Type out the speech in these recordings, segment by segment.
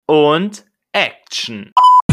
und Action.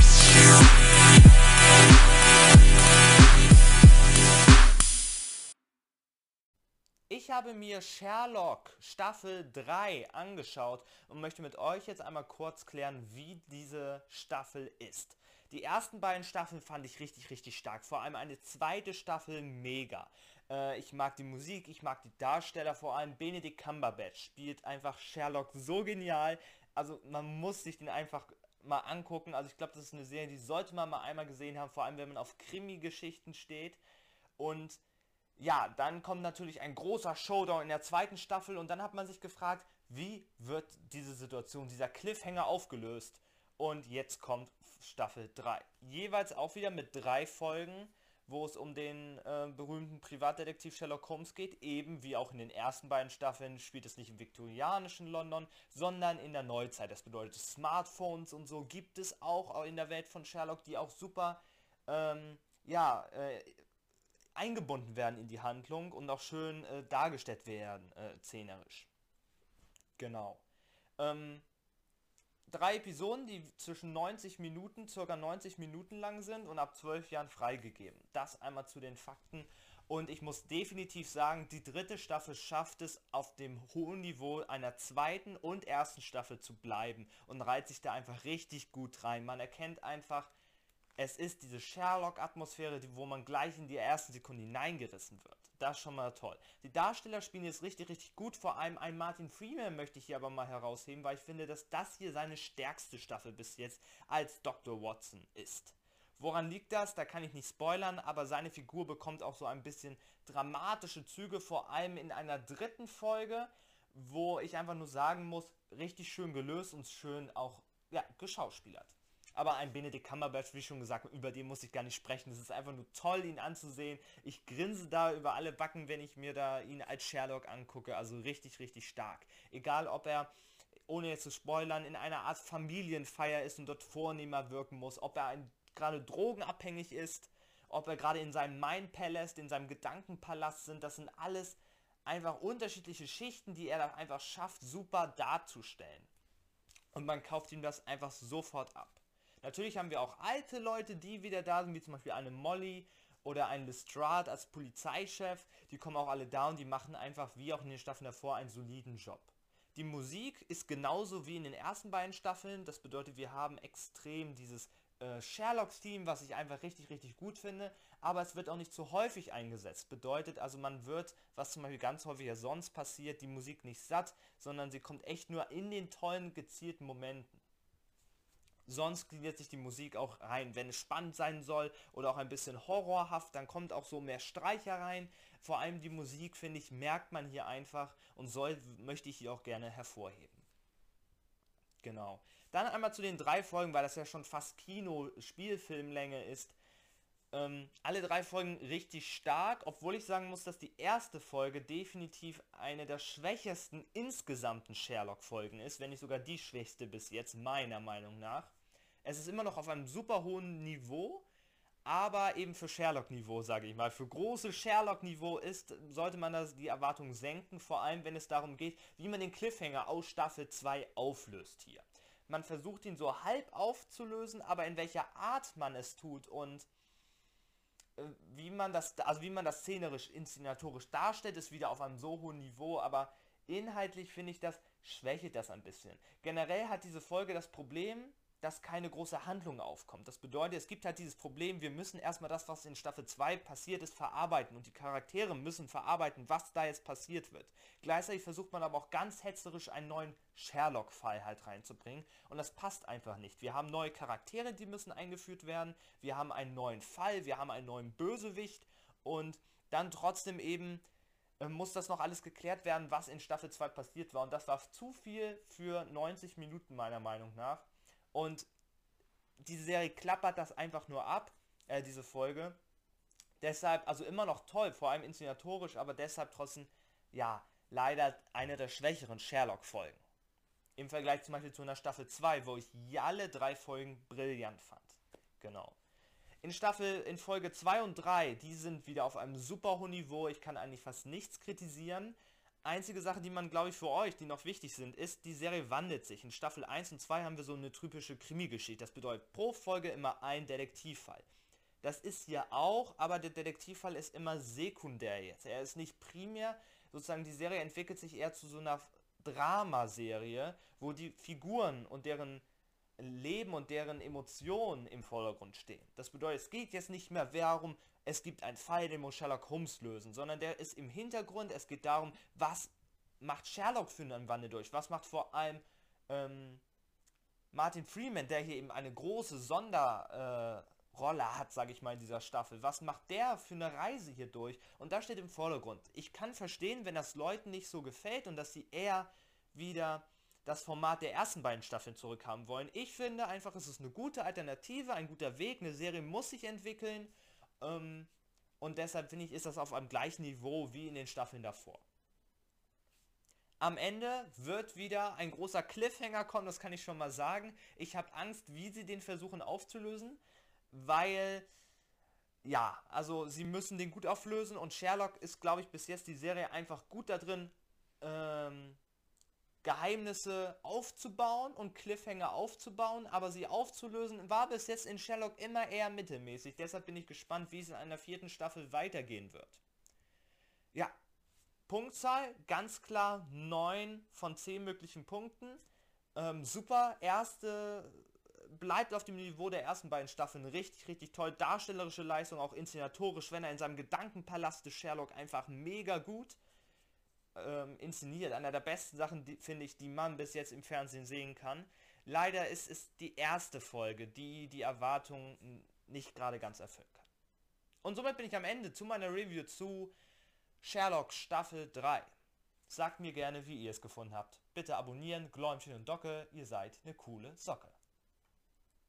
Ich habe mir Sherlock Staffel 3 angeschaut und möchte mit euch jetzt einmal kurz klären, wie diese Staffel ist. Die ersten beiden Staffeln fand ich richtig stark, vor allem eine zweite Staffel mega. Ich mag die Musik, ich mag die Darsteller, vor allem Benedict Cumberbatch spielt einfach Sherlock so genial. Also man muss sich den einfach mal angucken. Also ich glaube, das ist eine Serie, die sollte man mal einmal gesehen haben, vor allem wenn man auf Krimi-Geschichten steht. Und ja, dann kommt natürlich ein großer Showdown in der zweiten Staffel und dann hat man sich gefragt, wie wird diese Situation, dieser Cliffhanger aufgelöst? Und jetzt kommt Staffel 3. Jeweils auch wieder mit 3 Folgen, wo es um den berühmten Privatdetektiv Sherlock Holmes geht. Eben wie auch in den ersten beiden Staffeln spielt es nicht im viktorianischen London, sondern in der Neuzeit. Das bedeutet, Smartphones und so gibt es auch in der Welt von Sherlock, die auch super ja, eingebunden werden in die Handlung und auch schön dargestellt werden, szenerisch. Genau. 3 Episoden, die zwischen 90 Minuten, ca. 90 Minuten lang sind und ab 12 Jahren freigegeben. Das einmal zu den Fakten. Und ich muss definitiv sagen, die dritte Staffel schafft es, auf dem hohen Niveau einer zweiten und ersten Staffel zu bleiben und reiht sich da einfach richtig gut rein. Man erkennt einfach, es ist diese Sherlock-Atmosphäre, wo man gleich in die ersten Sekunden hineingerissen wird. Das ist schon mal toll. Die Darsteller spielen jetzt richtig gut. Vor allem ein Martin Freeman möchte ich hier aber mal herausheben, weil ich finde, dass das hier seine stärkste Staffel bis jetzt als Dr. Watson ist. Woran liegt das? Da kann ich nicht spoilern, aber seine Figur bekommt auch so ein bisschen dramatische Züge, vor allem in einer dritten Folge, wo ich einfach nur sagen muss, richtig schön gelöst und schön auch geschauspielert. Aber ein Benedict Cumberbatch, wie schon gesagt, über den muss ich gar nicht sprechen. Es ist einfach nur toll, ihn anzusehen. Ich grinse da über alle Backen, wenn ich mir da ihn als Sherlock angucke. Also richtig stark. Egal, ob er, ohne jetzt zu spoilern, in einer Art Familienfeier ist und dort vornehmer wirken muss. Ob er gerade drogenabhängig ist. Ob er gerade in seinem Mind Palace, in seinem Gedankenpalast sind. Das sind alles einfach unterschiedliche Schichten, die er da einfach schafft, super darzustellen. Und man kauft ihm das einfach sofort ab. Natürlich haben wir auch alte Leute, die wieder da sind, wie zum Beispiel eine Molly oder ein Lestrade als Polizeichef. Die kommen auch alle da und die machen einfach, wie auch in den Staffeln davor, einen soliden Job. Die Musik ist genauso wie in den ersten beiden Staffeln. Das bedeutet, wir haben extrem dieses Sherlock-Theme, was ich einfach richtig gut finde. Aber es wird auch nicht zu häufig eingesetzt. Bedeutet also, man wird, was zum Beispiel ganz häufig ja sonst passiert, die Musik nicht satt, sondern sie kommt echt nur in den tollen, gezielten Momenten. Sonst gliedert sich die Musik auch rein. Wenn es spannend sein soll oder auch ein bisschen horrorhaft, dann kommt auch so mehr Streicher rein. Vor allem die Musik, finde ich, merkt man hier einfach und möchte ich hier auch gerne hervorheben. Genau. Dann einmal zu den 3 Folgen, weil das ja schon fast Kino-Spielfilmlänge ist. Alle 3 Folgen richtig stark, obwohl ich sagen muss, dass die erste Folge definitiv eine der schwächesten insgesamten Sherlock-Folgen ist, wenn nicht sogar die schwächste bis jetzt, meiner Meinung nach. Es ist immer noch auf einem super hohen Niveau, aber eben für Sherlock-Niveau, sage ich mal. Für große Sherlock-Niveau sollte man die Erwartungen senken, vor allem wenn es darum geht, wie man den Cliffhanger aus Staffel 2 auflöst hier. Man versucht ihn so halb aufzulösen, aber in welcher Art man es tut und wie man das szenerisch, inszenatorisch darstellt, ist wieder auf einem so hohen Niveau, aber inhaltlich finde ich, das schwächelt das ein bisschen. Generell hat diese Folge das Problem, dass keine große Handlung aufkommt. Das bedeutet, es gibt halt dieses Problem, wir müssen erstmal das, was in Staffel 2 passiert ist, verarbeiten und die Charaktere müssen verarbeiten, was da jetzt passiert wird. Gleichzeitig versucht man aber auch ganz hetzerisch einen neuen Sherlock-Fall halt reinzubringen und das passt einfach nicht. Wir haben neue Charaktere, die müssen eingeführt werden, wir haben einen neuen Fall, wir haben einen neuen Bösewicht und dann trotzdem eben muss das noch alles geklärt werden, was in Staffel 2 passiert war und das war zu viel für 90 Minuten meiner Meinung nach. Und diese Serie klappert das einfach nur ab, diese Folge. Deshalb, also immer noch toll, vor allem inszenatorisch, aber deshalb trotzdem, ja, leider eine der schwächeren Sherlock-Folgen. Im Vergleich zum Beispiel zu einer Staffel 2, wo ich alle 3 Folgen brillant fand. Genau. In Folge 2 und 3, die sind wieder auf einem super hohen Niveau. Ich kann eigentlich fast nichts kritisieren. Einzige Sache, die man, glaube ich, für euch, die noch wichtig sind, ist, die Serie wandelt sich. In Staffel 1 und 2 haben wir so eine typische Krimi-Geschichte. Das bedeutet pro Folge immer ein Detektivfall. Das ist hier auch, aber der Detektivfall ist immer sekundär jetzt. Er ist nicht primär, sozusagen die Serie entwickelt sich eher zu so einer Dramaserie, wo die Figuren und deren Leben und deren Emotionen im Vordergrund stehen. Das bedeutet, es geht jetzt nicht mehr darum, es gibt einen Fall, den muss Sherlock Holmes lösen, sondern der ist im Hintergrund. Es geht darum, was macht Sherlock für einen Wandel durch, was macht vor allem Martin Freeman, der hier eben eine große Sonderrolle hat, sage ich mal, in dieser Staffel. Was macht der für eine Reise hier durch? Und das steht im Vordergrund. Ich kann verstehen, wenn das Leuten nicht so gefällt und dass sie eher wieder das Format der ersten beiden Staffeln zurückhaben wollen. Ich finde einfach, es ist eine gute Alternative, ein guter Weg. Eine Serie muss sich entwickeln. Und deshalb finde ich, ist das auf einem gleichen Niveau wie in den Staffeln davor. Am Ende wird wieder ein großer Cliffhanger kommen, das kann ich schon mal sagen. Ich habe Angst, wie sie den versuchen aufzulösen, weil, ja, also sie müssen den gut auflösen und Sherlock ist, glaube ich, bis jetzt die Serie einfach gut da drin, Geheimnisse aufzubauen und Cliffhanger aufzubauen, aber sie aufzulösen war bis jetzt in Sherlock immer eher mittelmäßig. Deshalb bin ich gespannt, wie es in einer 4. Staffel weitergehen wird. Ja, Punktzahl, ganz klar 9 von 10 möglichen Punkten. Super, bleibt auf dem Niveau der ersten beiden Staffeln richtig, richtig toll. Darstellerische Leistung, auch inszenatorisch, wenn er in seinem Gedankenpalast des Sherlock einfach mega gut inszeniert. Einer der besten Sachen, finde ich, die man bis jetzt im Fernsehen sehen kann. Leider ist es die erste Folge, die die Erwartungen nicht gerade ganz erfüllen kann. Und somit bin ich am Ende zu meiner Review zu Sherlock Staffel 3. Sagt mir gerne, wie ihr es gefunden habt. Bitte abonnieren, Gläumchen und Docke, ihr seid eine coole Socke.